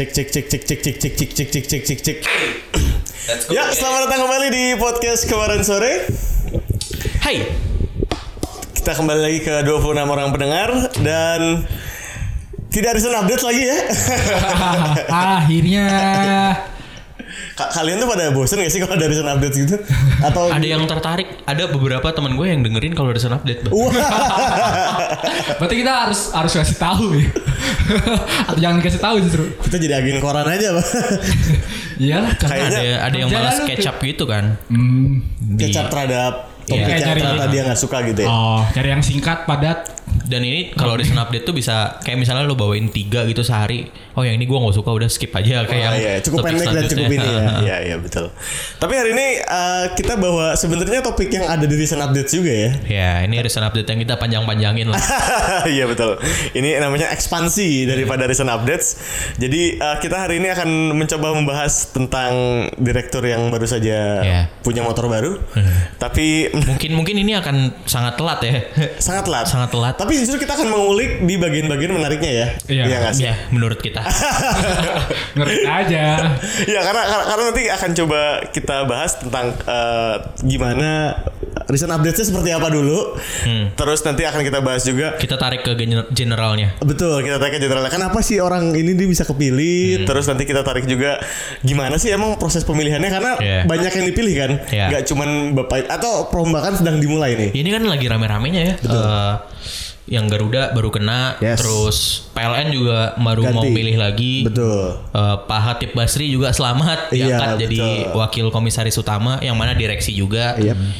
Cek. Ya, selamat datang kembali di podcast kemarin sore. Hai. Kita kembali lagi ke 26 orang pendengar dan tidak ada recent update lagi ya. Akhirnya. Kalian tuh pada bosen gak sih kalau ada recent update gitu? Atau ada yang tertarik? Ada beberapa teman gue yang dengerin kalau ada recent update. Berarti kita harus kasih tahu ya. Atau jangan kasih tahu justru. Kita jadi agen koran aja, Pak. Iya, Kayaknya ada yang malas kecap gitu kan. Kecap terhadap topik yang ternyata dia gak suka gitu ya. Oh, cari yang singkat, padat. Dan ini kalau recent update tuh bisa kayak misalnya lo bawain 3 gitu sehari. Oh yang ini gue gak suka, udah skip aja. Kayak yang iya. Cukup pendek dan cukup ini ya. Iya betul. Tapi hari ini kita bawa sebenarnya topik yang ada di recent update juga ya. Ya ini recent update yang kita panjang-panjangin lah. Iya betul. Ini namanya ekspansi daripada recent updates. Jadi kita hari ini akan mencoba membahas tentang direktur yang baru saja punya motor baru. Tapi mungkin ini akan sangat telat ya. Sangat telat. Tapi justru kita akan mengulik di bagian-bagian menariknya ya. Iya nggak sih? Ya menurut kita. Ngerti aja. Ya karena nanti akan coba kita bahas tentang gimana recent update-nya seperti apa dulu. Terus nanti akan kita bahas juga. Kita tarik ke generalnya. Betul, kita tarik ke generalnya. Kenapa sih orang ini dia bisa kepilih? Terus nanti kita tarik juga gimana sih emang proses pemilihannya, karena banyak yang dipilih kan. Gak cuman Bapak atau perombakan sedang dimulai nih. Ini kan lagi rame-ramenya ya. Yang Garuda baru kena, terus PLN juga baru ganti. Mau pilih lagi. Betul. Pak Hatip Basri juga selamat diangkat jadi wakil komisaris utama, yang mana direksi juga.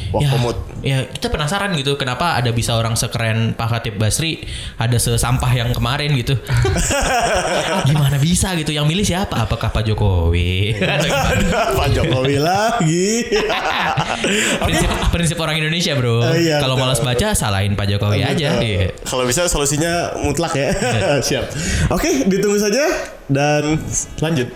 Ya kita penasaran gitu, kenapa ada bisa orang sekeren Pak Hatip Basri ada sesampah yang kemarin gitu. Gimana bisa gitu? Yang milih siapa? Apakah Pak Jokowi? Pak Jokowi lagi. Prinsip orang Indonesia bro. Kalau malas baca salahin Pak Jokowi aja. Kalau bisa solusinya mutlak ya. Siap. Oke, ditunggu saja dan lanjut.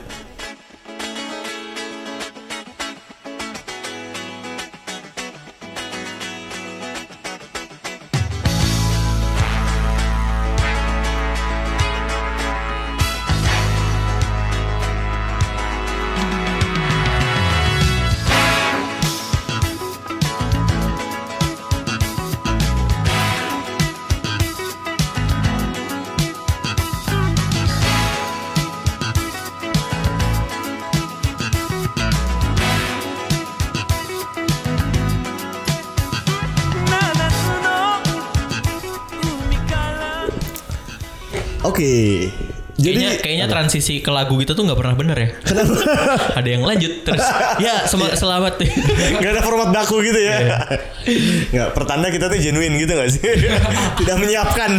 Oke. Jadi kayaknya transisi ke lagu gitu tuh nggak pernah bener ya. Kenapa? Ada yang lanjut terus. Ya selamat. Gak ada format baku gitu ya. Nggak, pertanda kita tuh genuine gitu nggak sih? Tidak menyiapkan.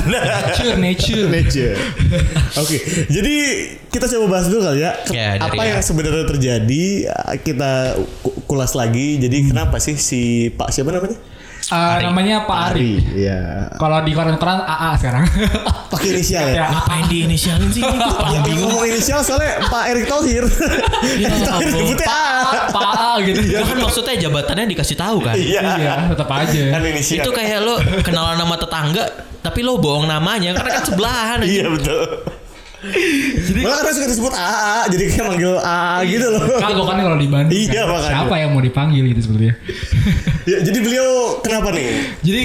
Nature. Oke. Jadi kita coba bahas dulu kali ya. Apa yang sebenarnya terjadi? Kita kulas lagi. Jadi kenapa sih si Pak siapa namanya? Namanya Pak Ari. Iya. Kalau di koran-koran AA sekarang. Pakai inisial ya? Ngapain di inisialin sih? Yang bingung ngomong inisial soalnya Pak Erick Thohir. Nyebutnya Pak gitu. Kan maksudnya jabatannya dikasih tahu kan? Iya, tetap aja. Kan inisial. Itu kayak lo kenalan nama tetangga tapi lo bohong namanya karena kan sebelahan aja. Iya betul. Jadi malah kan suka disebut AA, jadi kayak manggil AA gitu loh. Kagok kan kalau di Bandung. Iya kan? makanya. Siapa yang mau dipanggil gitu sebetulnya? Ya, jadi beliau kenapa nih? Jadi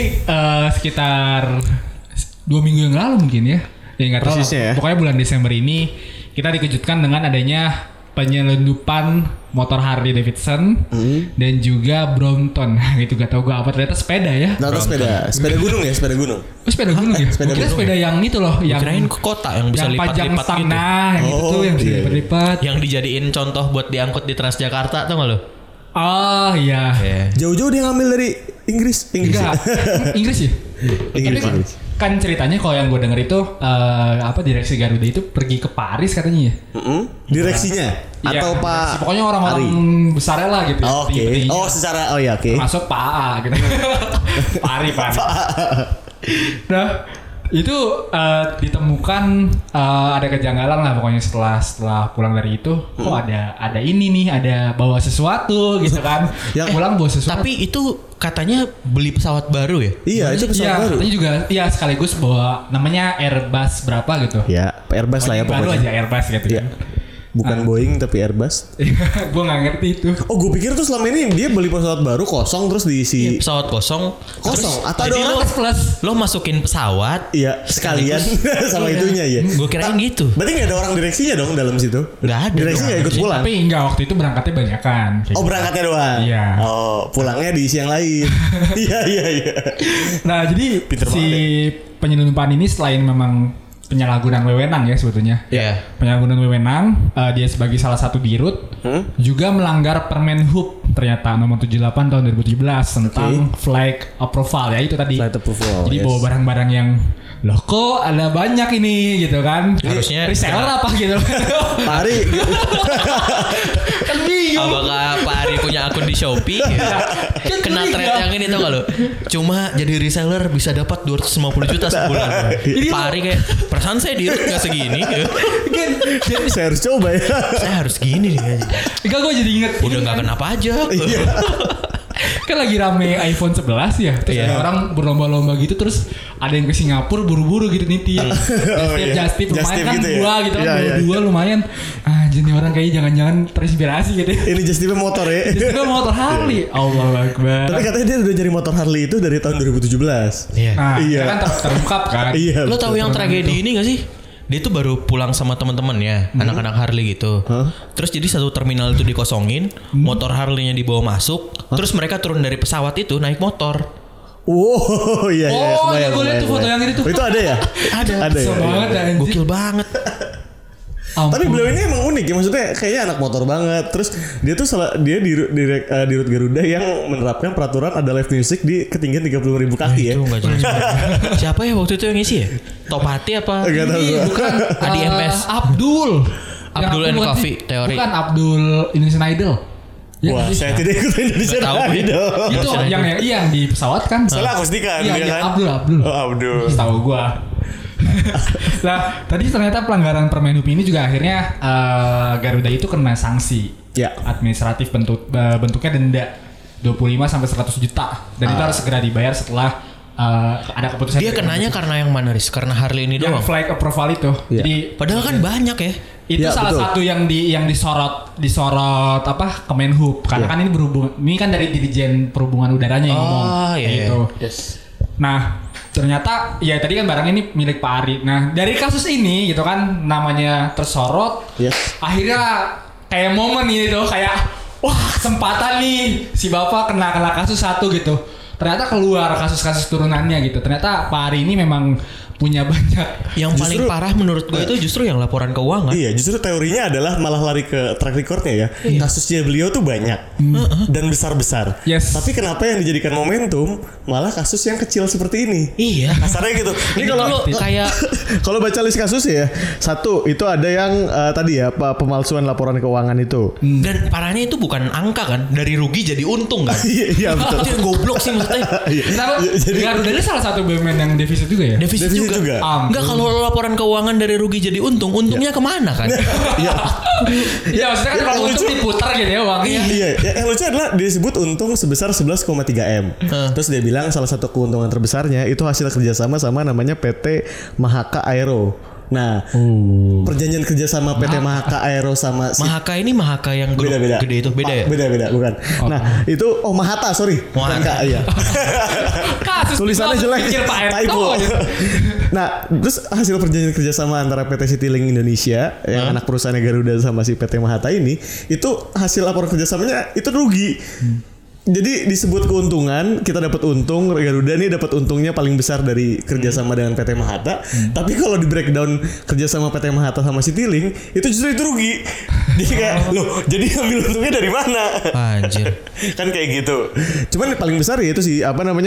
sekitar 2 minggu yang lalu mungkin ya. Ya nggak tahu. Ya? Pokoknya bulan Desember ini kita dikejutkan dengan adanya penyelundupan motor Harley Davidson dan juga Brompton. Gitu gak tau gue apa, ternyata sepeda ya. Sepeda gunung ya, sepeda gunung. Oh, sepeda gunung ya? Sepeda yang itu loh, yang kirain ke kota yang bisa lipat-lipat gitu. Yang itu yang bisa lipat-lipat. Yang dijadiin contoh buat diangkut di Transjakarta, tau gak lo? Oh iya. Jauh-jauh dia ngambil dari Inggris. Enggak. Inggris ya? Inggris. Kan ceritanya kalau yang gue denger itu direksi Garuda itu pergi ke Paris katanya ya. Direksinya atau Pak pokoknya orang-orang besarnya lah gitu. Oke. Oh secara oke. Masuk Pak AA gitu. Pak Ari. Nah itu ditemukan ada kejanggalan lah pokoknya setelah pulang dari itu. Kok ada ini nih, ada bawa sesuatu gitu kan. Yang pulang bawa sesuatu. Tapi itu katanya beli pesawat baru ya? Iya, itu pesawat baru. Katanya juga sekaligus bawa namanya Airbus berapa gitu. Ya, Airbus lah ya pokoknya. Baru aja Airbus gitu kan. Bukan Boeing tapi Airbus. Gue nggak ngerti itu. Oh, gue pikir tuh selama ini dia beli pesawat baru kosong terus diisi. Pesawat kosong. Atau ada lo masukin pesawat. Iya, sekalian sama itunya ya. Gue kirain gitu. Berarti nggak ada orang direksinya dong dalam situ? Nggak ada. Direksi nggak ikut pulang. Tapi enggak, waktu itu berangkatnya banyakan. Oh, berangkatnya doang. Iya. Oh, pulangnya diisi yang lain. Iya. Nah, jadi Peter si penyelundupan ini selain memang penyalahgunaan wewenang ya sebetulnya. Iya. Penyalahgunaan wewenang, dia sebagai salah satu dirut juga melanggar Permenhub ternyata nomor 78 tahun 2017 tentang flight approval ya itu tadi. Flight approval. Jadi bawa barang-barang yang loh kok ada banyak ini gitu kan. Harusnya reseller apa gitu. Pak Ari Kan bingung. Apakah Pak Ari punya akun di Shopee? Kena trend yang ini tau gak lo? Cuma jadi reseller bisa dapat 250 juta sebulan. Pak Ari kayak perasaan saya dirut gak segini. saya harus coba ya. Saya harus gini nih. Enggak, gue jadi inget. Udah gak kena pajak. Kan lagi rame iPhone 11 ya. Terus ada orang berlomba-lomba gitu. Terus ada yang ke Singapura buru-buru gitu nitip. Just tip lumayan kan gitu ya? 2 gitu kan. 2 lumayan. Anjir nih orang kayaknya jangan-jangan terinspirasi gitu. Ini just tip motor ya. Just tip motor Harley. Allahu Akbar. Tapi katanya dia udah nyari motor Harley itu dari tahun 2017. Iya. Nah, kan terungkap kan. Iya. Lo tahu yang tragedi ini gak sih? Dia tuh baru pulang sama teman-temannya, anak-anak Harley gitu. Terus jadi satu terminal itu dikosongin, motor Harley-nya dibawa masuk, terus mereka turun dari pesawat itu naik motor. Oh iya. Oh iya, gue liat tuh foto yang itu. Itu ada ya? Ada ya. Banget anjir. Gokil banget. Tapi beliau ini emang unik ya, maksudnya kayaknya anak motor banget. Terus dia tuh di rut Garuda yang menerapkan peraturan ada live music di ketinggian 30.000 kaki ya. Itu gak jelas. Siapa ya waktu itu yang ngisi ya? Topati apa? Gak tahu gua. Bukan Adi MS. Abdul and Coffee teori. Bukan Abdul Indonesian Idol. Wah, saya tidak ikut Indonesian Idol. Itu yang di pesawat kan? Salah akustikan iya, kan? Abdul. Oh, Abdul. Tahu gua. Nah, tadi ternyata pelanggaran Permenhub ini juga akhirnya Garuda itu kena sanksi administratif bentuknya denda 25 sampai 100 juta dan itu harus segera dibayar setelah ada keputusan. Dia kenanya karena yang mana Riz? Karena Harley ini doang. Yang flight approval itu. Jadi padahal kan banyak ya. Itu salah satu yang disorot apa Kemenhub karena kan ini kan dari Dirjen Perhubungan Udaranya yang ngomong gitu. Nah, ternyata ya tadi kan barang ini milik Pak Ari. Nah, dari kasus ini gitu kan namanya tersorot. Akhirnya kayak momen ini tuh kayak wah, kesempatan nih si Bapak kena kasus satu gitu. Ternyata keluar kasus-kasus turunannya gitu. Ternyata Pak Ari ini memang punya banyak. Yang paling parah menurut gue itu justru yang laporan keuangan. Iya, justru teorinya adalah malah lari ke track recordnya ya. Kasusnya beliau tuh banyak dan besar-besar. Tapi kenapa yang dijadikan momentum malah kasus yang kecil seperti ini? Iya. Kasarnya gitu. Ini kalau kayak kalau baca list kasus ya, satu itu ada yang tadi ya pemalsuan laporan keuangan itu. Dan parahnya itu bukan angka kan, dari rugi jadi untung kan. Iya betul. Itu yang goblok sih maksudnya. Kenapa? Garuda ini salah satu BUMN yang defisit juga ya? Defisit juga. Enggak, kalau laporan keuangan dari rugi jadi untung, untungnya kemana kan? Iya, maksudnya kan kalau untung diputar gitu ya uangnya. Iya, yang lucu adalah disebut untung sebesar 11,3 M. Terus dia bilang salah satu keuntungan terbesarnya itu hasil kerjasama sama namanya PT Mahaka Aero. Nah, perjanjian kerjasama PT Mahaka Aero sama Mahaka ini Mahaka yang beda-beda. Gede itu beda ya? Beda-beda, bukan. Nah, itu Mahata, sorry. Mahaka, iya. Tulisannya jelek. Typo. Nah, terus hasil perjanjian kerjasama antara PT Citylink Indonesia yang anak perusahaannya Garuda sama si PT Mahata ini, itu hasil laporan kerjasamanya itu rugi. Jadi disebut keuntungan, kita dapat untung, Garuda nih dapat untungnya paling besar dari kerjasama dengan PT Mahata. Tapi kalau di breakdown kerjasama PT Mahata sama Citylink, itu justru itu rugi. Jadi kayak, loh, jadi ambil untungnya dari mana? Anjir. Kan kayak gitu. Cuman yang paling besar ya itu sih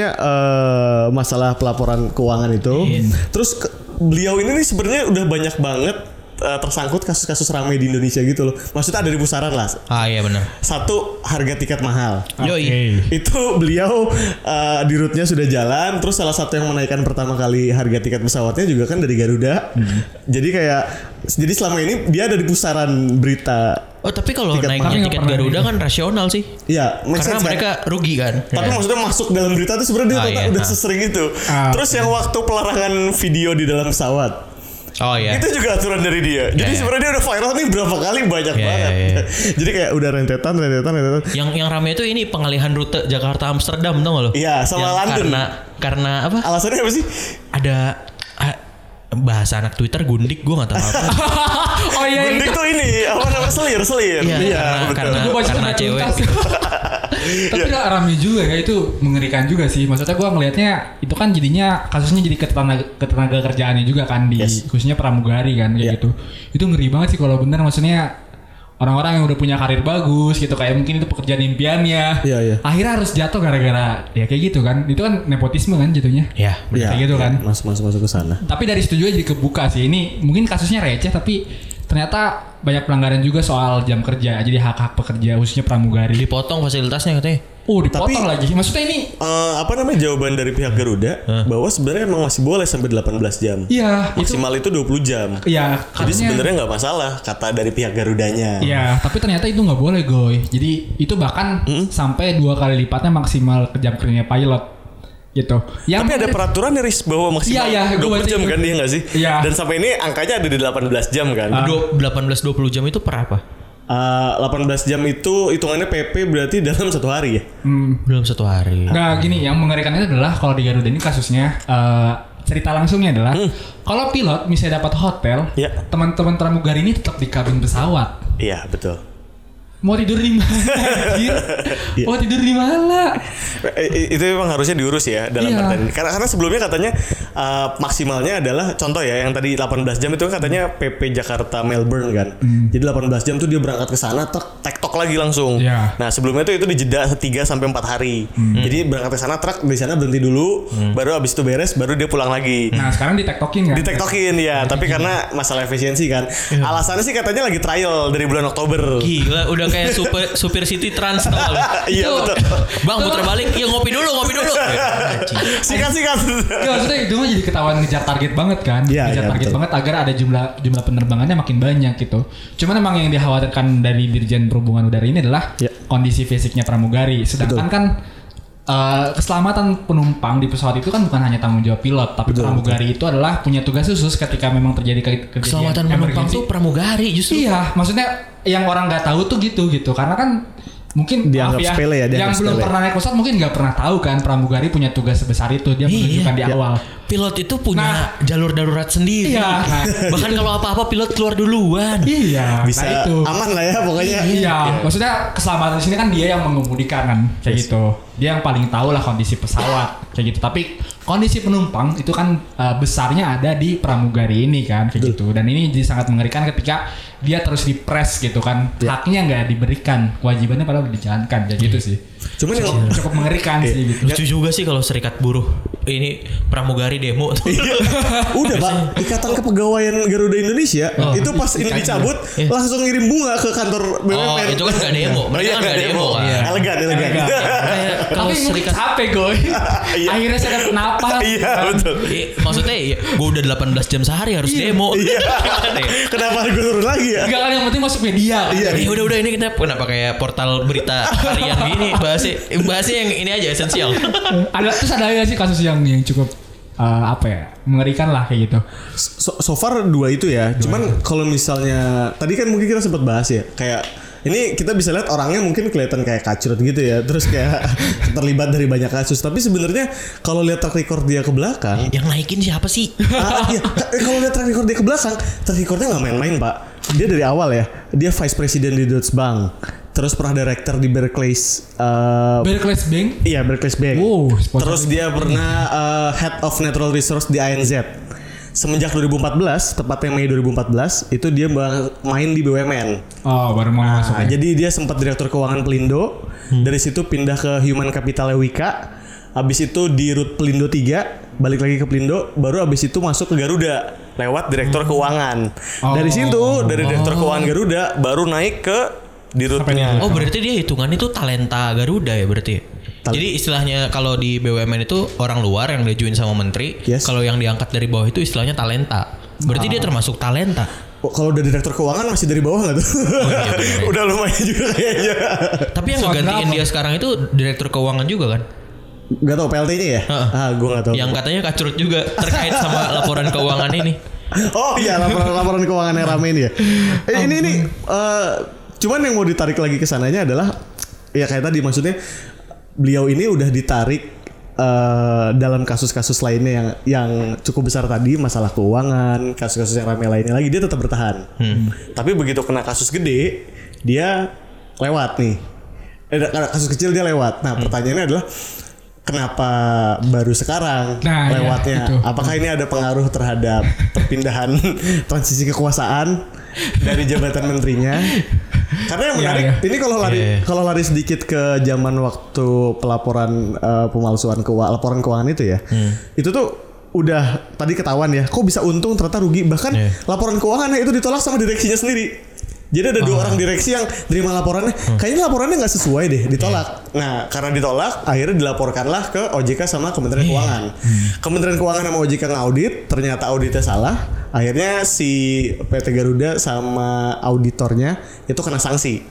masalah pelaporan keuangan itu. Terus beliau ini nih sebenarnya udah banyak banget tersangkut kasus-kasus ramai di Indonesia gitu loh. Maksudnya ada di pusaran lah. Iya benar. Satu, harga tiket mahal. Yoi. Itu beliau di route-nya sudah jalan. Terus salah satu yang menaikkan pertama kali harga tiket pesawatnya juga kan dari Garuda. Jadi selama ini dia ada di pusaran berita. Oh, tapi kalau naiknya tiket Garuda kan rasional sih. Iya, karena mereka rugi kan. Tapi maksudnya masuk dalam berita itu sebenarnya dia udah sesering itu. Terus yang waktu pelarangan video di dalam pesawat Oh iya. Itu juga aturan dari dia. Jadi sebenarnya dia udah viral nih berapa kali banyak banget. Jadi kayak udah rentetan. Yang rame itu ini pengalihan rute Jakarta Amsterdam, tau gak lo? Iya, sama London. Karena apa? Alasannya apa sih? Ada bahasa anak Twitter gundik, gue nggak tahu apa. Oh iya. Gundik tuh ini apa namanya selir. Iya, karena cewek. Tapi gak rame juga ya, itu mengerikan juga sih. Maksudnya gue ngelihatnya itu kan jadinya kasusnya jadi ketenaga kerjaannya juga kan di khususnya pramugari kan kayak gitu. Itu ngeri banget sih kalau bener, maksudnya orang-orang yang udah punya karir bagus gitu, kayak mungkin itu pekerjaan impiannya. Iya. Akhirnya harus jatuh gara-gara ya kayak gitu kan. Itu kan nepotisme kan jatuhnya. Iya, kayak gitu kan. Masuk ke sana. Tapi dari situ juga jadi kebuka sih. Ini mungkin kasusnya receh tapi ternyata banyak pelanggaran juga soal jam kerja. Jadi hak-hak pekerja khususnya pramugari. Dipotong fasilitasnya katanya. Dipotong lagi. Maksudnya ini apa namanya jawaban dari pihak Garuda bahwa sebenarnya emang masih boleh sampai 18 jam. Iya, maksimal itu 20 jam. Iya, jadi sebenarnya nggak masalah kata dari pihak Garudanya. Iya, tapi ternyata itu nggak boleh, Goy. Jadi itu bahkan sampai 2 kali lipatnya maksimal ke jam kerjanya pilot. Gitu. Tapi ada peraturan dari bahwa maksimal 20 jam kan dia nggak sih? Iya. Dan sampai ini angkanya ada di 18 jam kan? 18-20 jam itu per apa? 18 jam itu hitungannya PP berarti dalam 1 hari ya? Dalam 1 hari. Nah gini, yang mengerikannya adalah kalau di Garuda ini kasusnya cerita langsungnya adalah kalau pilot misalnya dapat hotel, teman-teman pramugari ini tetap di kabin pesawat. Iya betul. Mau tidur di mana? Mau tidur di mana? Itu memang harusnya diurus ya dalam artian. Karena sebelumnya katanya maksimalnya adalah contoh ya yang tadi 18 jam itu kan katanya PP Jakarta Melbourne kan. Jadi 18 jam tuh dia berangkat ke sana tektok lagi langsung. Nah, sebelumnya itu dijeda 3 sampai 4 hari. Jadi berangkat ke sana truk di sana berhenti dulu, baru habis itu beres baru dia pulang lagi. Nah, sekarang ditektokin kan? Ditektokin ya, tapi karena masalah efisiensi kan. Alasannya sih katanya lagi trial dari bulan Oktober. Gila, udah kayak supir City Trans tau lu. Iya betul. Bang muter balik, ya ngopi dulu. Sikat. Ya maksudnya itu mah jadi ketahuan ngejar target banget kan. Ngejar target banget agar ada jumlah penerbangannya makin banyak gitu. Cuman emang yang dikhawatirkan dari Dirjen Perhubungan Udara ini adalah kondisi fisiknya pramugari. Sedangkan kan keselamatan penumpang di pesawat itu kan bukan hanya tanggung jawab pilot, tapi pramugari itu adalah punya tugas khusus ketika memang terjadi kejadian keselamatan penumpang tuh pramugari justru. Iya, maksudnya yang orang nggak tahu tuh gitu karena kan mungkin dianggap sepele ya, yang belum pernah naik pesawat mungkin nggak pernah tahu kan pramugari punya tugas sebesar itu. Dia menunjukkan di awal. Pilot itu punya jalur darurat sendiri. Bahkan kalau apa-apa pilot keluar duluan. Bisa itu aman lah ya pokoknya. Maksudnya keselamatan di sini kan dia yang mengemudikan kan kayak gitu. Dia yang paling tahu lah kondisi pesawat kayak gitu. Tapi kondisi penumpang itu kan besarnya ada di pramugari ini kan kayak gitu. Dan ini jadi sangat mengerikan ketika dia terus dipres gitu kan. Haknya nggak diberikan, kewajibannya padahal dijalankan kayak gitu sih. Cuman cukup mengerikan sih gitu. Lucu juga sih kalau serikat buruh ini pramugari demo. Udah Pak, Ikatan Kepegawaian Garuda Indonesia itu pas ini dicabut langsung ngirim bunga ke kantor BUMN. Itu kan nggak demo. Mereka kan nggak demo kan. Elegan. Kalau serikat capek Goy. Akhirnya saya kenapa? Iya betul. Maksudnya gue udah 18 jam sehari harus demo. Kenapa gue turun lagi ya? Enggak kan, yang penting masuk media. Udah ini kita kenapa kayak portal berita harian gini bahasnya yang ini aja esensial. Ada nggak sih kasus yang cukup mengerikan lah kayak gitu. So far 2 itu ya. Cuman kalau misalnya tadi kan mungkin kita sempat bahas ya, kayak ini kita bisa lihat orangnya mungkin kelihatan kayak kacrut gitu ya, terus kayak terlibat dari banyak kasus. Tapi sebenarnya kalau lihat track record dia ke belakang, yang naikin siapa sih? Kalau lihat track record dia ke belakang, track recordnya nggak main-main Pak. Dia dari awal ya, dia vice president di Deutsche Bank. Terus pernah director di Barclays Bank? Iya, Barclays Bank. Terus dia pernah head of natural resource di ANZ. Semenjak 2014, tepatnya Mei 2014, itu dia main di BUMN. Baru mau masuk. Jadi dia sempat direktur keuangan Pelindo. Dari situ pindah ke Human Capital Wika. Habis itu di Rut Pelindo 3, balik lagi ke Pelindo, baru habis itu masuk ke Garuda lewat direktur keuangan. Dari situ, dari direktur keuangan Garuda baru naik ke di Rutnya. Berarti dia hitungan itu talenta Garuda ya berarti. Jadi istilahnya kalau di BUMN itu orang luar yang diajuin sama menteri, kalau yang diangkat dari bawah itu istilahnya talenta. Berarti dia termasuk talenta. Kalau udah direktur keuangan masih dari bawah nggak tuh? Udah lumayan juga kayaknya. Tapi yang ngegantiin dia sekarang itu direktur keuangan juga kan? Gak tau PLT-nya ya? Gue gak tau. Yang katanya kacrut juga terkait sama laporan keuangan ini. Oh iya, laporan keuangan yang rame ini ya. Ini cuman yang mau ditarik lagi ke sananya adalah ya kayak tadi, maksudnya beliau ini udah ditarik dalam kasus-kasus lainnya yang cukup besar tadi, masalah keuangan, kasus-kasus yang rame lainnya lagi, dia tetap bertahan. Tapi begitu kena kasus gede, dia lewat nih. Kasus kecil dia lewat. Nah, pertanyaannya adalah kenapa baru sekarang lewatnya? Ya, apakah ini ada pengaruh terhadap perpindahan transisi kekuasaan dari jabatan menterinya? Karena yang menarik ini kalau lari sedikit ke zaman waktu pelaporan pemalsuan laporan keuangan itu ya. Itu tuh udah tadi ketahuan ya, kok bisa untung ternyata rugi, bahkan laporan keuangannya itu ditolak sama direksinya sendiri. Jadi ada 2 orang direksi yang terima laporannya, kayaknya laporannya nggak sesuai deh, ditolak. Nah, karena ditolak, akhirnya dilaporkanlah ke OJK sama Kementerian Keuangan. Kementerian Keuangan sama OJK ngaudit, ternyata auditnya salah. Akhirnya si PT Garuda sama auditornya itu kena sanksi.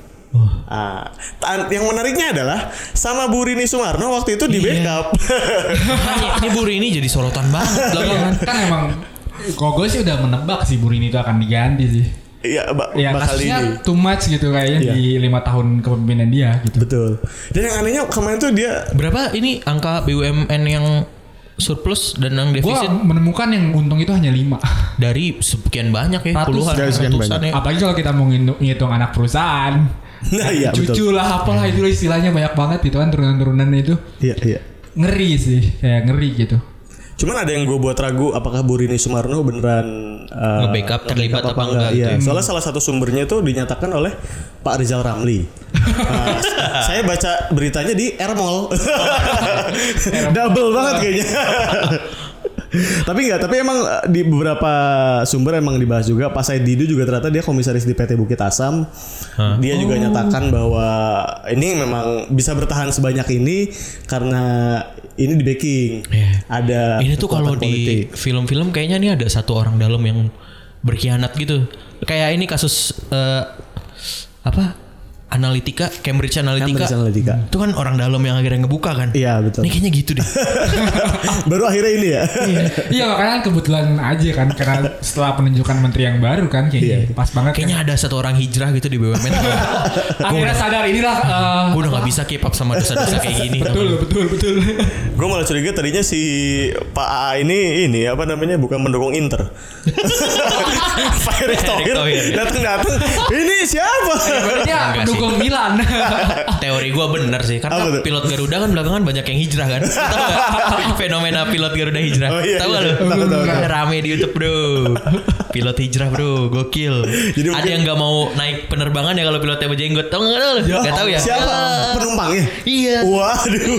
Yang menariknya adalah sama Bu Rini Sumarno waktu itu di backup. Ini Bu Rini jadi sorotan banget. Kan emang, kok gue sih udah menebak sih Bu Rini itu akan diganti sih. Iya, kasusnya too much gitu kayaknya di 5 tahun kepemimpinan dia gitu. Betul. Dan yang anehnya kemarin tuh dia berapa ini angka BUMN yang surplus dan yang defisit? Gua menemukan yang untung itu hanya 5 dari sekian banyak ya, puluhan, ratusan ya. Apalagi kalau kita mau ngitung anak perusahaan. Nah iya, cucu lah apalah itu istilahnya banyak banget itu kan, turunan-turunannya itu. Iya. Ngeri sih, kayak ngeri gitu. Cuman ada yang gue buat ragu apakah Bu Rini Sumarno beneran nge-backup terlibat apa enggak iya. gitu. Soalnya salah satu sumbernya itu dinyatakan oleh Pak Rizal Ramli. Saya baca beritanya di Ermol. Double banget kayaknya. Tapi emang di beberapa sumber emang dibahas juga. Pak Said Didu juga ternyata dia komisaris di PT Bukit Asam. Dia juga nyatakan bahwa ini memang bisa bertahan sebanyak ini karena ini di backing. Ada ini tuh kalau di film-film kayaknya nih ada satu orang dalam yang berkhianat gitu. Kayak ini kasus Analytica, Cambridge Analytica. Itu kan orang dalam yang akhirnya ngebuka kan. Iya betul. Ini kayaknya gitu deh. Baru akhirnya ini ya. Iya makanya kebetulan aja kan, karena setelah penunjukan menteri yang baru kan kayaknya pas banget. Kayaknya ada satu orang hijrah gitu di BUMN. Akhirnya sadar inilah. Gue udah nggak bisa keep up sama dosa-dosa kayak gini. Betul. Gue malah curiga tadinya si Pak A ini apa namanya, bukan mendukung Inter. Pak Erick Thohir datang. Ini siapa? Dia pendukung Milan. Teori gue bener sih, karena pilot Garuda kan belakangan banyak yang hijrah kan. Tahu gak fenomena pilot Garuda hijrah? Tahu gak lu? Rame di YouTube bro. Pilot hijrah bro, gokil. Jadi ada yang nggak mau naik penerbangan ya kalau pilotnya berjenggot. Tahu nggak lu? Nggak tahu ya? Siapa penumpangnya? Iya. Waduh.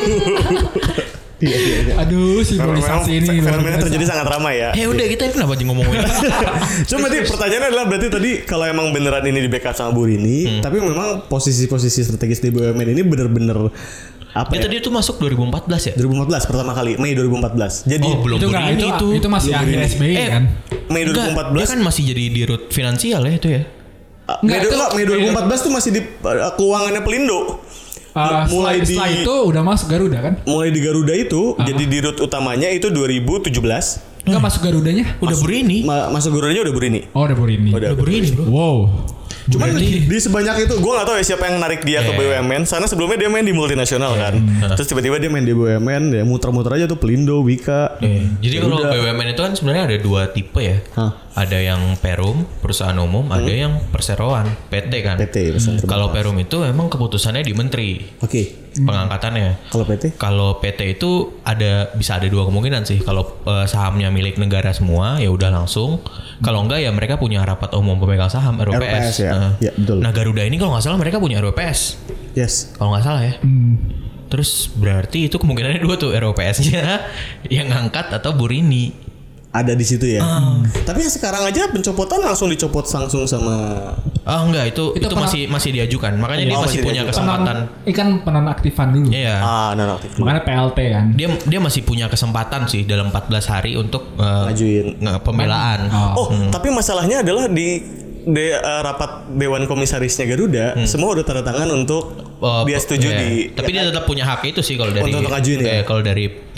Iya. Aduh, simbolisasi ini fenomena terjadi sangat ramai ya. Udah kita kenapa aja ngomongin. Cuma tadi pertanyaannya adalah berarti tadi kalau emang beneran ini di backup sama Bu Rini, tapi memang posisi-posisi strategis di BUMN ini bener-bener apa ya? Tadi itu masuk 2014 ya? 2014 pertama kali, Mei 2014. Jadi belum itu enggak, itu masih akhir SBY kan. Mei 2014. Dia kan masih jadi dirut finansial ya itu ya. Mei 2014 tuh masih di keuangannya Pelindo. Mulai setelah itu udah masuk Garuda kan? Mulai di Garuda itu jadi dirut utamanya itu 2017. Enggak masuk Garudanya? Udah Bu Rini. Masuk Garudanya udah Bu Rini. Oh, udah Bu Rini. Udah Bu Rini, Bro. Wow. Cuman di sebanyak itu gue gak tahu ya siapa yang narik dia ke BUMN. Sana sebelumnya dia main di multinasional kan. Terus tiba-tiba dia main di BUMN, dia muter-muter aja tuh Pelindo, Wika. Jadi kalau BUMN itu kan sebenarnya ada 2 tipe ya. Ada yang Perum, perusahaan umum, ada yang perseroan, PT kan. PT. Kalau Perum itu emang keputusannya di menteri. Oke. Pengangkatannya. Kalau PT? Kalau PT itu bisa ada 2 kemungkinan sih. Kalau sahamnya milik negara semua ya udah langsung. Kalau enggak ya mereka punya rapat umum pemegang saham RUPS. Ya, betul. Nah Garuda ini kalau nggak salah mereka punya RUPS. Yes. Kalau nggak salah ya. Terus berarti itu kemungkinannya 2 tuh, RUPS-nya yang ngangkat atau Bu Rini. Ada di situ ya. Tapi sekarang aja pencopotan langsung dicopot langsung sama. Enggak, itu masih diajukan. Makanya dia masih punya kesempatan. Ikan penonaktifan dulu. Iya. Nonaktif. Makanya PLT kan. Dia masih punya kesempatan sih dalam 14 hari untuk ngajuin pembelaan. Tapi masalahnya adalah di rapat Dewan Komisarisnya Garuda semua udah tanda tangan untuk dia setuju Tapi dia tetap punya hak itu sih kalau dari untuk ngajuin ya. Kalau dari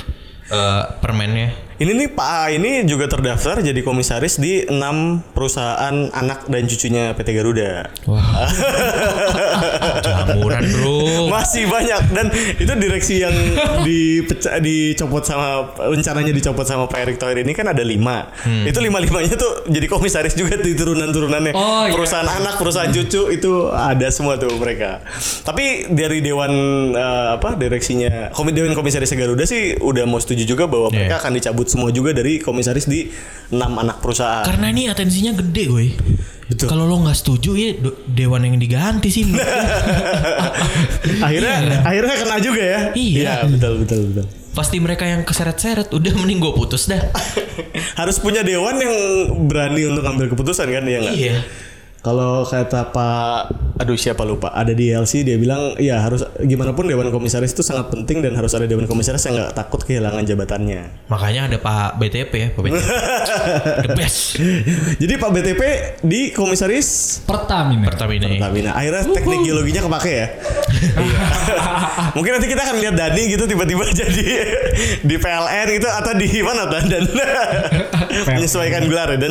permennya. Ini nih Pak A ini juga terdaftar jadi komisaris di 6 perusahaan anak dan cucunya PT Garuda. Wah. Jamuran bro. Masih banyak dan itu direksi yang dicopot sama rencananya dicopot sama Pak Erick Thohir ini kan ada 5. Itu 5-5-nya tuh jadi komisaris juga di turunan-turunannya. Perusahaan anak, perusahaan cucu itu ada semua tuh mereka. Tapi dari dewan direksinya Dewan Komisaris Garuda sih udah mau setuju juga bahwa mereka akan dicabut semua juga dari komisaris di 6 anak perusahaan. Karena ini atensinya gede gue. Kalau lo nggak setuju ya dewan yang diganti sih. akhirnya kena juga ya. Iya betul. Pasti mereka yang keseret-seret. Udah mending gue putus dah. Harus punya dewan yang berani untuk ambil keputusan kan ya nggak? Iya. Kalau kata siapa lupa, ada di LC dia bilang ya harus gimana pun dewan komisaris itu sangat penting dan harus ada dewan komisaris yang nggak takut kehilangan jabatannya. Makanya ada Pak BTP ya, Pak BTP. The best. Jadi Pak BTP di komisaris Pertamina. Akhirnya teknik geologinya kepake ya. Mungkin nanti kita akan lihat Dani gitu tiba-tiba jadi di PLN gitu atau di mana dan menyesuaikan gelar ya dan.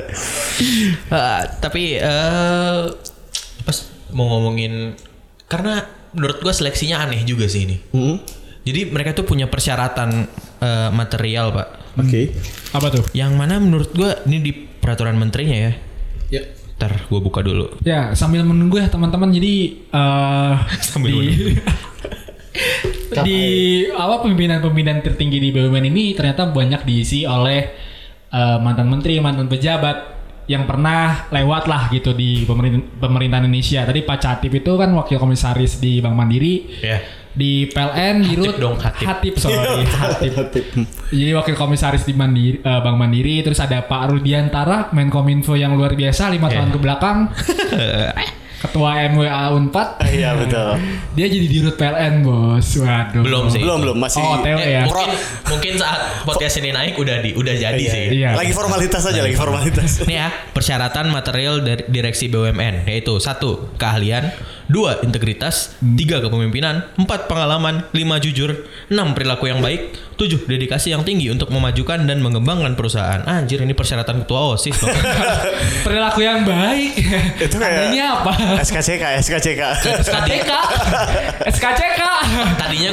Tapi pas mau ngomongin karena menurut gua seleksinya aneh juga sih ini. Jadi mereka tuh punya persyaratan material Pak. Oke. Apa tuh? Yang mana menurut gua ini di peraturan menterinya ya. Ya. Ntar gua buka dulu. Ya sambil menunggu ya teman-teman jadi di pimpinan tertinggi di BUMN ini ternyata banyak diisi oleh mantan menteri, mantan pejabat yang pernah lewat lah gitu di pemerintahan Indonesia. Tadi Pak Catip itu kan wakil komisaris di Bank Mandiri. Yeah. Di PLN di Hatip. Jadi wakil komisaris di Bank Mandiri. Terus ada Pak Rudiantara, Menkominfo yang luar biasa 5 tahun ke belakang. Ketua MWA Unpad. Iya betul. Dia jadi dirut PLN bos. Waduh. Belum masih. OTW ya. Mungkin saat podcast ini naik udah jadi sih. Iya. Lagi formalitas aja. Nih ya, persyaratan material dari direksi BUMN yaitu 1. Keahlian, 2. Integritas, 3. Kepemimpinan, 4. Pengalaman, 5. Jujur, 6. Perilaku yang baik, 7. Dedikasi yang tinggi untuk memajukan dan mengembangkan perusahaan. Anjir ini persyaratan ketua OSIS. Perilaku yang baik. Itu kayak ini apa? SKCK. Tadinya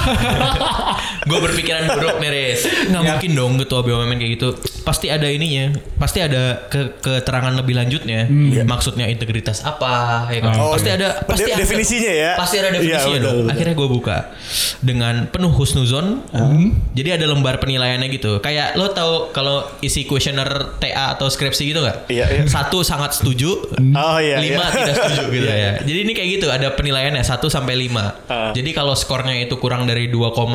gue berpikiran buruk nih Riz. Nggak mungkin dong ketua BUMN kayak gitu. Pasti ada ininya. Pasti ada keterangan lebih lanjutnya. Maksudnya integritas apa ya kan? Pasti ada definisinya ya. Pasti ada definisinya dong. Akhirnya gue buka dengan penuh husnuzon. Jadi ada lembar penilaiannya gitu. Kayak lo tahu kalau isi kuesioner TA atau skripsi gitu nggak? Iya. 1 sangat setuju. 5 tidak setuju gitu ya. Jadi ini kayak gitu ada penilaiannya 1 sampai 5. Jadi kalau skornya itu kurang dari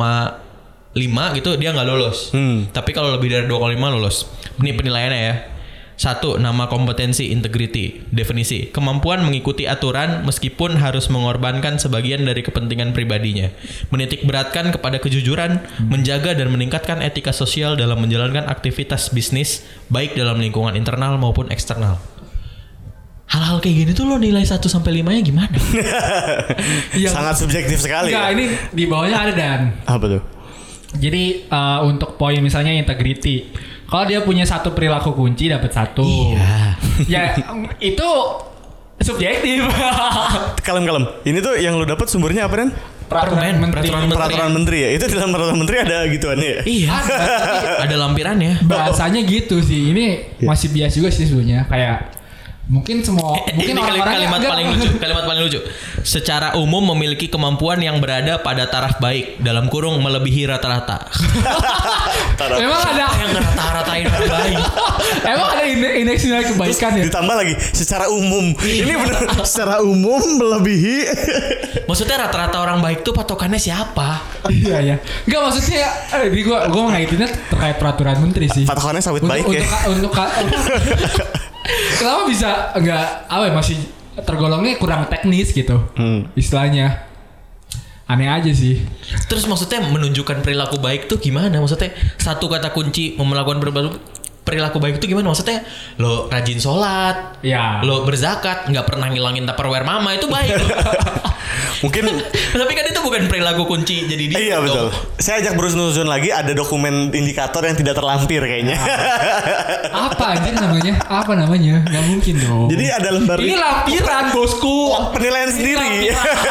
2,5 gitu dia nggak lolos. Tapi kalau lebih dari 2,5 lolos. Ini penilaiannya ya. 1. Nama kompetensi integrity. Definisi. Kemampuan mengikuti aturan meskipun harus mengorbankan sebagian dari kepentingan pribadinya. Menitik beratkan kepada kejujuran, menjaga dan meningkatkan etika sosial dalam menjalankan aktivitas bisnis baik dalam lingkungan internal maupun eksternal. Hal-hal kayak gini tuh lo nilai 1 sampai 5-nya gimana? Sangat subjektif sekali. Enggak, ini di bawahnya ada Dan. Apa tuh? Jadi untuk poin misalnya integrity. Kalau dia punya 1 perilaku kunci dapat 1. Iya. Ya itu subjektif. Kalem. Ini tuh yang lo dapat sumbernya apa Ren? Peraturan menteri ya. Itu dalam peraturan menteri ada gituannya ya? Iya. Ada lampirannya. Bahasanya gitu sih. Ini masih bias juga sih sebenarnya. Kayak mungkin kalimat paling lucu. Secara umum memiliki kemampuan yang berada pada taraf baik dalam kurung melebihi rata-rata. Emang ada yang ngerata-ratain orang baik. Emang ada indeks nilai kebaikan ya? Ditambah lagi secara umum. Ini benar secara umum melebihi. Maksudnya rata-rata orang baik tuh patokannya siapa? Iya. Enggak maksudnya gua ngaitinnya terkait peraturan menteri sih. Patokannya sawit baik ya. Untuk kenapa bisa masih tergolongnya kurang teknis gitu istilahnya. Aneh aja sih. Terus maksudnya menunjukkan perilaku baik tuh gimana? Maksudnya 1 kata kunci melakukan perilaku baik itu gimana? Maksudnya lo rajin sholat, ya. Lo berzakat, nggak pernah ngilangin Tupperware mama itu baik. Mungkin tapi kan itu bukan perilaku kunci jadi dia. Iya betul. Saya ajak berusnuzon lagi, ada dokumen indikator yang tidak terlampir kayaknya. Apa aja namanya? Apa namanya? Gak mungkin dong. Jadi ada lembar. Ini lampiran bosku. Penilaian sendiri.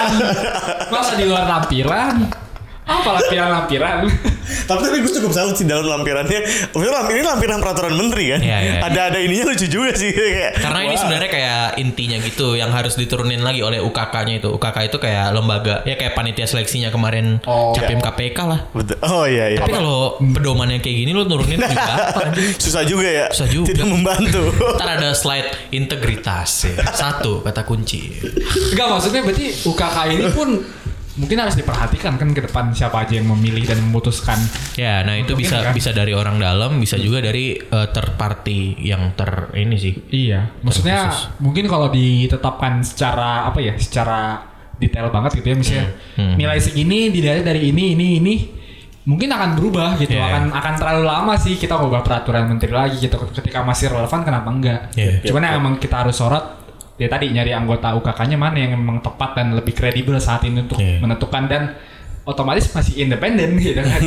Masa di luar lampiran? Apa lampiran? Tapi gue cukup salut sih dalam lampirannya. Ini lampiran peraturan menteri kan. Iya. Ada ininya lucu juga sih. Karena ini sebenarnya kayak intinya gitu yang harus diturunin lagi oleh UKK-nya itu. UKK itu kayak lembaga ya kayak panitia seleksinya kemarin Capim KPK lah. Betul. Oh iya. Tapi kalau pedomannya kayak gini lo turunin juga apa? Susah juga ya. Susah juga. Tidak membantu. Ntar ada slide integritas ya. 1 kata kunci. Enggak, maksudnya berarti UKK ini pun mungkin harus diperhatikan kan ke depan siapa aja yang memilih dan memutuskan. Ya, nah itu bisa kan? Bisa dari orang dalam, bisa juga dari third party yang ini sih. Iya, maksudnya mungkin kalau ditetapkan secara secara detail banget gitu ya, misalnya nilai segini dilihat dari ini, mungkin akan berubah gitu, akan terlalu lama sih kita ubah peraturan menteri lagi gitu. Ketika masih relevan kenapa enggak? Cuman yang emang kita harus sorot. Ya tadi nyari anggota UKK-nya mana yang memang tepat dan lebih kredibel saat ini untuk menentukan dan otomatis masih independen gitu kan.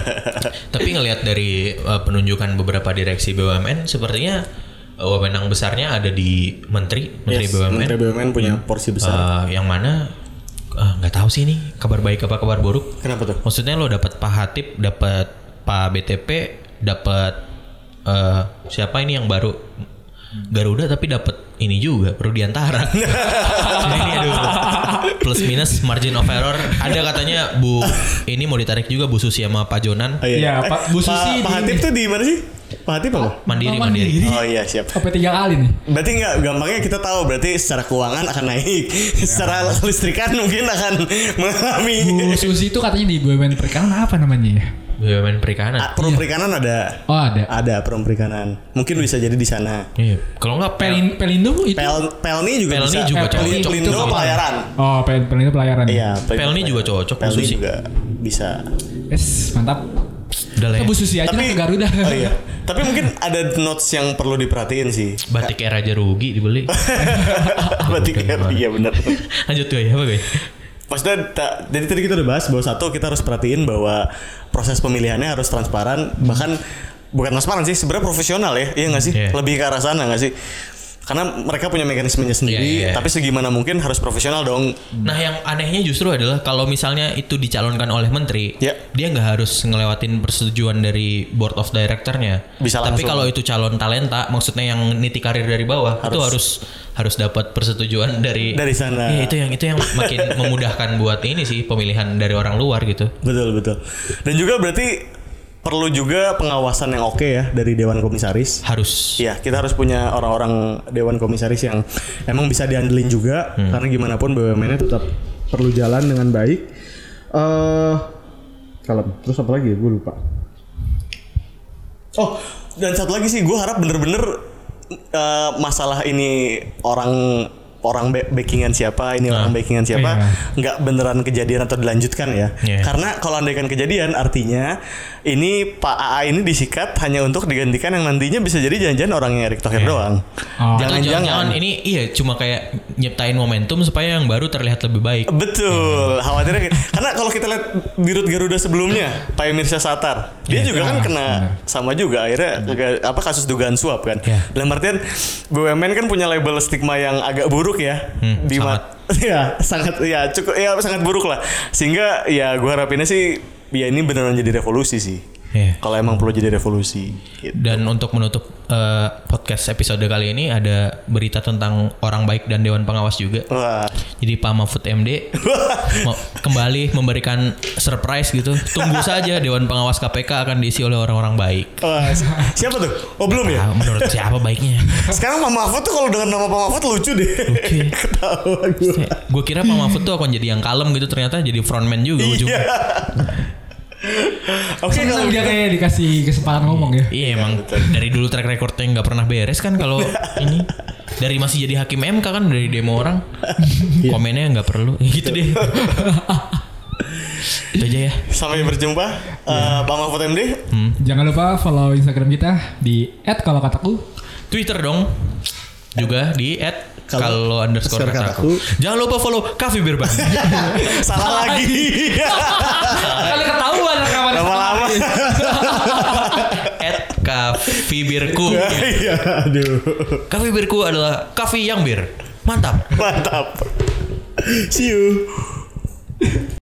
Tapi ngelihat dari penunjukan beberapa direksi BUMN sepertinya wewenang besarnya ada di Menteri BUMN. Menteri BUMN punya porsi besar. Yang mana nggak tahu sih ini kabar baik apa kabar buruk. Kenapa tuh? Maksudnya lo dapat Pak Hatip, dapat Pak BTP, dapat siapa ini yang baru Garuda tapi dapat ini juga Rudiantara. Jadi ini aduh plus minus margin of error. Ada katanya Bu ini mau ditarik juga Bu Susi sama Pak Jonan. Iya, Pak Bu Susi. Pak Hatip tuh di mana sih? Pak Hatip apa? Mandiri. Oh iya siap. Sampai 3 kali nih. Berarti nggak gampangnya kita tahu berarti secara keuangan akan naik, secara listrikan mungkin akan mengalami. Bu Susi itu katanya di BUMN Perikanan apa namanya ya? BUMN Perikanan. Perum Perikanan ada. Oh ada. Ada Perum Perikanan. Mungkin bisa jadi di sana. Iya. Kalau nggak Pelindo itu. Pelni juga bisa. Pelindo pelayaran. Oh Pelindo pelayaran. Iya. Pelni juga cocok. Pelni juga bisa. Yes mantap. Udah lah ya. Bu Susi aja ke Garuda. Oh iya. Tapi mungkin ada notes yang perlu diperhatiin sih. Batik era aja rugi dibeli. Batik era iya benar. Lanjut tuh ya apa gue? Maksudnya jadi tadi kita udah bahas bahwa satu kita harus perhatiin bahwa proses pemilihannya harus transparan, bahkan bukan transparan sih sebenarnya profesional ya, iya nggak sih? Lebih ke arah sana nggak sih? Karena mereka punya mekanismenya sendiri, tapi segimana mungkin harus profesional dong. Nah yang anehnya justru adalah kalau misalnya itu dicalonkan oleh menteri, dia nggak harus ngelewatin persetujuan dari board of directornya. Bisa tapi langsung. kalau itu calon talenta, maksudnya yang niti karir dari bawah, itu harus dapat persetujuan dari sana. Iya itu yang makin memudahkan buat ini sih pemilihan dari orang luar gitu. Betul. Dan juga berarti perlu juga pengawasan yang oke ya dari Dewan Komisaris. Harus. Iya, kita harus punya orang-orang Dewan Komisaris yang emang bisa diandelin juga. Karena gimana pun BUMN-nya tetap perlu jalan dengan baik. Terus apa lagi? Gue lupa. Oh, dan satu lagi sih, gue harap bener-bener masalah ini orang backingan siapa, orang backingan siapa, nggak beneran kejadian atau dilanjutkan ya. Karena kalau andaikan kejadian, artinya ini Pak AA ini disikat hanya untuk digantikan yang nantinya bisa jadi jangan-jangan orangnya Erick Thohir doang. Jangan-jangan ini cuma kayak nyiptain momentum supaya yang baru terlihat lebih baik. Betul, khawatirnya karena kalau kita lihat Dirut Garuda sebelumnya, Pak Emir Syahsatar, dia juga kan kena sama juga akhirnya kasus dugaan suap kan. Dalam artian BUMN kan punya label stigma yang agak buruk ya, sangat buruk lah, sehingga ya gue harapinnya sih ya ini beneran jadi revolusi sih. Kalau emang perlu jadi revolusi gitu. Dan untuk menutup podcast episode kali ini ada berita tentang orang baik dan Dewan Pengawas juga. Jadi Pak Mahfud MD kembali memberikan surprise gitu. Tunggu saja Dewan Pengawas KPK akan diisi oleh orang-orang baik. Siapa tuh? Oh belum ya? Menurut siapa baiknya? Sekarang Pak Mahfud tuh kalau dengan nama Pak Mahfud lucu deh. Ketawa gue. Gue kira Pak Mahfud tuh akan jadi yang kalem gitu, ternyata jadi frontman juga ujungnya. Oke, kalau dia kayak dikasih kesempatan ngomong ya. Iya emang dari dulu track recordnya nggak pernah beres kan kalau ini. Dari masih jadi hakim MK kan dari demo orang. Komennya nggak perlu. Gitu deh. Itu aja ya. Sampai berjumpa Pak Mahfud MD. Jangan lupa follow Instagram kita di @kalokataku. Twitter dong. Juga di Kalau underscore kataku. Jangan lupa follow Cafe Bir Bang. Salah lagi. Kali ketahuan rekaman lama-lama. @Cafe Birku. Iya, aduh. Cafe Birku adalah cafe yang bir. Mantap. See you.